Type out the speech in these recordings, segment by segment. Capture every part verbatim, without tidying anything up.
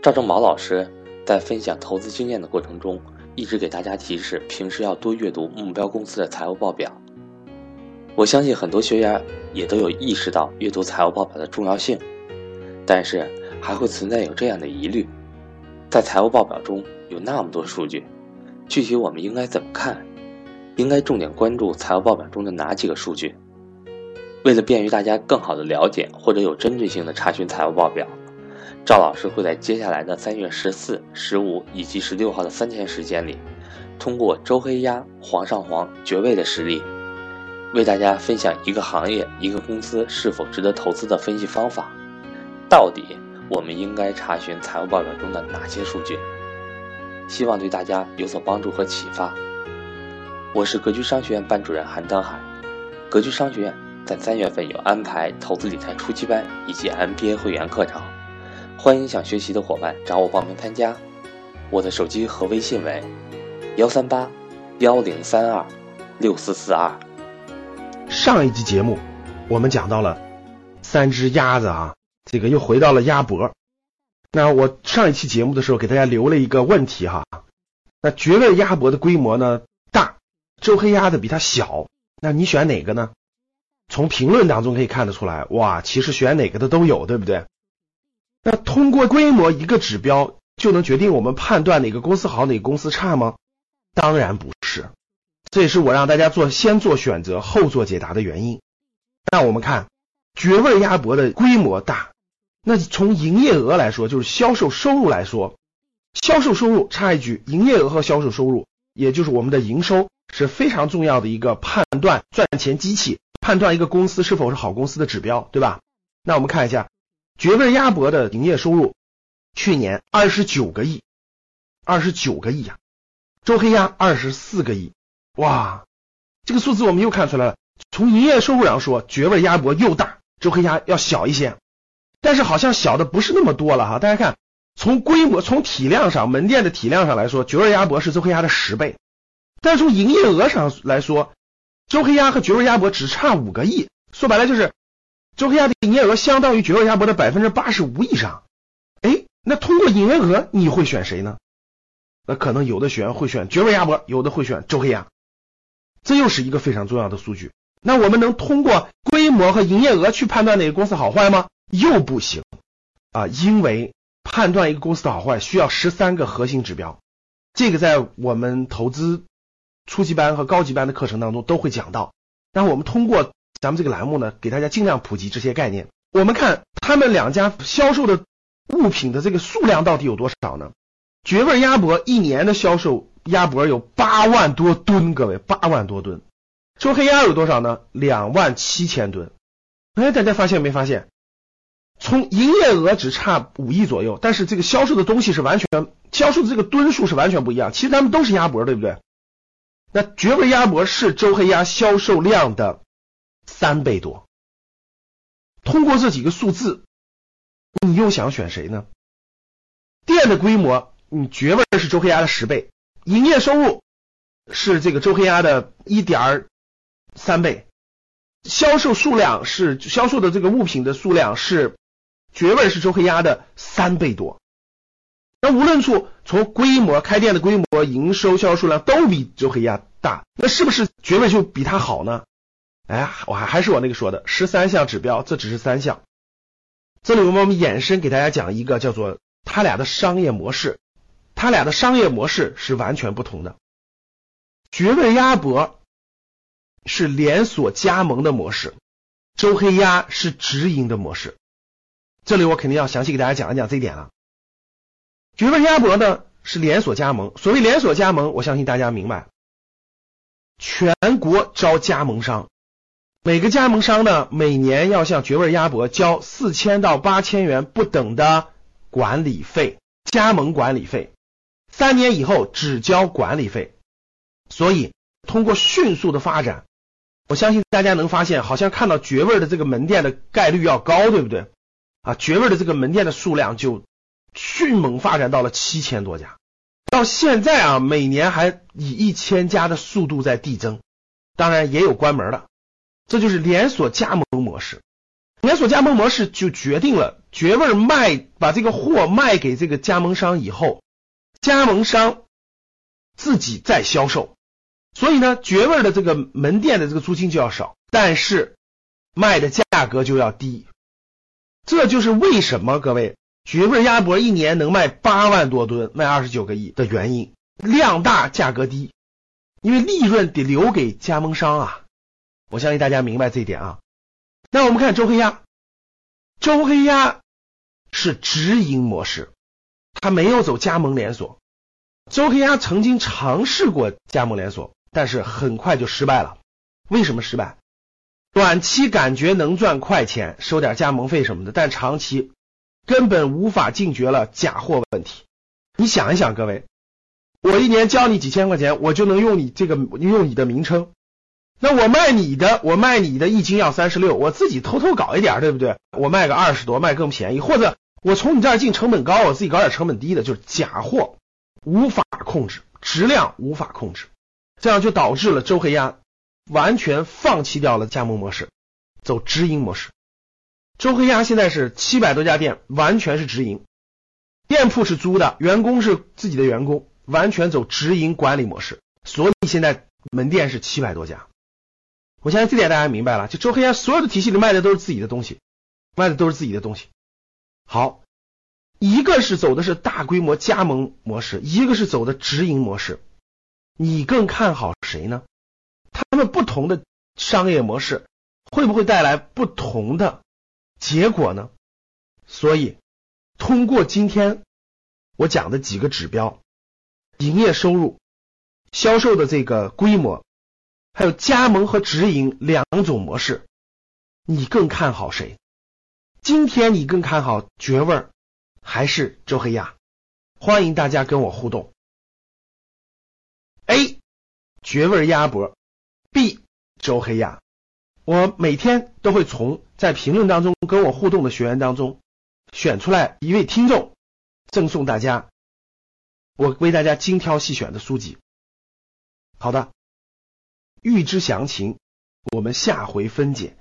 赵正宝老师在分享投资经验的过程中，一直给大家提示平时要多阅读目标公司的财务报表。我相信很多学员也都有意识到阅读财务报表的重要性，但是还会存在有这样的疑虑，在财务报表中有那么多数据，具体我们应该怎么看？应该重点关注财务报表中的哪几个数据？为了便于大家更好的了解或者有针对性的查询财务报表，赵老师会在接下来的三月十四、十五以及十六号的三天时间里，通过周黑鸭、煌上煌、绝味的实例，为大家分享一个行业、一个公司是否值得投资的分析方法。到底我们应该查询财务报表中的哪些数据？希望对大家有所帮助和启发。我是格局商学院班主任韩登海。格局商学院在三月份有安排投资理财初级班以及 M B A 会员课程，欢迎想学习的伙伴找我报名参加。我的手机和微信为幺三八幺零三二六四四二。 上一集节目我们讲到了三只鸭子啊，这个又回到了鸭脖。那我上一期节目的时候给大家留了一个问题哈，那绝味鸭脖的规模呢大，周黑鸭的比它小，那你选哪个呢？从评论当中可以看得出来，哇，其实选哪个的都有，对不对？那通过规模一个指标就能决定我们判断哪个公司好哪个公司差吗？当然不是，这也是我让大家做先做选择后做解答的原因。那我们看绝味鸭脖的规模大，那从营业额来说，就是销售收入来说，销售收入插一句，营业额和销售收入也就是我们的营收是非常重要的一个判断赚钱机器，判断一个公司是否是好公司的指标，对吧？那我们看一下绝味鸭脖的营业收入，去年二十九个亿，二十九个亿啊，周黑鸭二十四个亿。哇，这个数字我们又看出来了，从营业收入上说，绝味鸭脖又大，周黑鸭要小一些，但是好像小的不是那么多了哈。大家看，从规模从体量上，门店的体量上来说，绝味鸭脖是周黑鸭的十倍，但是从营业额上来说，周黑鸭和绝味鸭脖只差五个亿，说白了就是周黑鸭的营业额相当于绝味鸭脖的 百分之八十五 以上。诶，那通过营业额你会选谁呢？那可能有的学员会选绝味鸭脖，有的会选周黑鸭，这又是一个非常重要的数据。那我们能通过规模和营业额去判断哪个公司好坏吗？又不行啊，因为判断一个公司的好坏需要十三个核心指标，这个在我们投资初级班和高级班的课程当中都会讲到。然后我们通过咱们这个栏目呢，给大家尽量普及这些概念。我们看他们两家销售的物品的这个数量到底有多少呢？绝味鸭脖一年的销售鸭脖有八万多吨，各位，八万多吨。周黑鸭有多少呢？两万七千吨。哎，大家发现没发现？从营业额只差五亿左右，但是这个销售的东西是完全，销售的这个吨数是完全不一样。其实他们都是鸭脖，对不对？那绝味鸭脖是周黑鸭销售量的三倍多。通过这几个数字，你又想选谁呢？店的规模，你绝味是周黑鸭的十倍，营业收入是这个周黑鸭的 一点三倍，销售数量是销售的这个物品的数量是绝味是周黑鸭的三倍多。那无论处从规模，开店的规模、营收、销售数量都比周黑鸭大，那是不是绝味就比它好呢？哎，我还还是我那个说的十三项指标，这只是三项。这里我们衍生给大家讲一个叫做他俩的商业模式，他俩的商业模式是完全不同的。绝味鸭脖是连锁加盟的模式，周黑鸭是直营的模式。这里我肯定要详细给大家讲一讲这一点了。绝味鸭脖呢是连锁加盟，所谓连锁加盟，我相信大家明白，全国招加盟商，每个加盟商呢每年要向绝味鸭脖交四千到八千元不等的管理费，加盟管理费，三年以后只交管理费。所以通过迅速的发展，我相信大家能发现，好像看到绝味的这个门店的概率要高，对不对啊？绝味的这个门店的数量就迅猛发展到了七千多家，到现在啊，每年还以一千家的速度在递增，当然也有关门的，这就是连锁加盟模式。 连锁加盟模式就决定了绝味卖把这个货卖给这个加盟商以后，加盟商自己再销售，所以呢绝味的这个门店的这个租金就要少，但是卖的价格就要低。这就是为什么各位绝味鸭脖一年能卖八万多吨，卖二十九个亿的原因，量大价格低，因为利润得留给加盟商啊，我相信大家明白这一点啊。那我们看周黑鸭，周黑鸭是直营模式，它没有走加盟连锁。周黑鸭曾经尝试过加盟连锁，但是很快就失败了。为什么失败？短期感觉能赚快钱，收点加盟费什么的，但长期根本无法禁绝了假货问题。你想一想各位，我一年交你几千块钱，我就能用你这个用你的名称，那我卖你的我卖你的一斤要三十六，我自己偷偷搞一点，对不对？我卖个二十多，卖更便宜，或者我从你这儿进成本高，我自己搞点成本低的，就是假货无法控制，质量无法控制，这样就导致了周黑鸭完全放弃掉了加盟模式，走直营模式。周黑鸭现在是七百多家店，完全是直营，店铺是租的，员工是自己的员工，完全走直营管理模式，所以现在门店是七百多家。我相信这点大家明白了，就周黑鸭所有的体系里卖的都是自己的东西，卖的都是自己的东西。好，一个是走的是大规模加盟模式，一个是走的直营模式，你更看好谁呢？他们不同的商业模式会不会带来不同的结果呢？所以通过今天我讲的几个指标，营业收入、销售的这个规模，还有加盟和直营两种模式，你更看好谁？今天你更看好绝味还是周黑鸭？欢迎大家跟我互动。 A 绝味鸭脖， B 周黑鸭。我每天都会从在评论当中跟我互动的学员当中选出来一位听众，赠送大家我为大家精挑细选的书籍。好的，预知详情我们下回分解。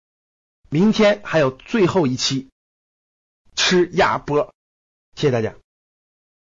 明天还有最后一期吃鸭脖，谢谢大家。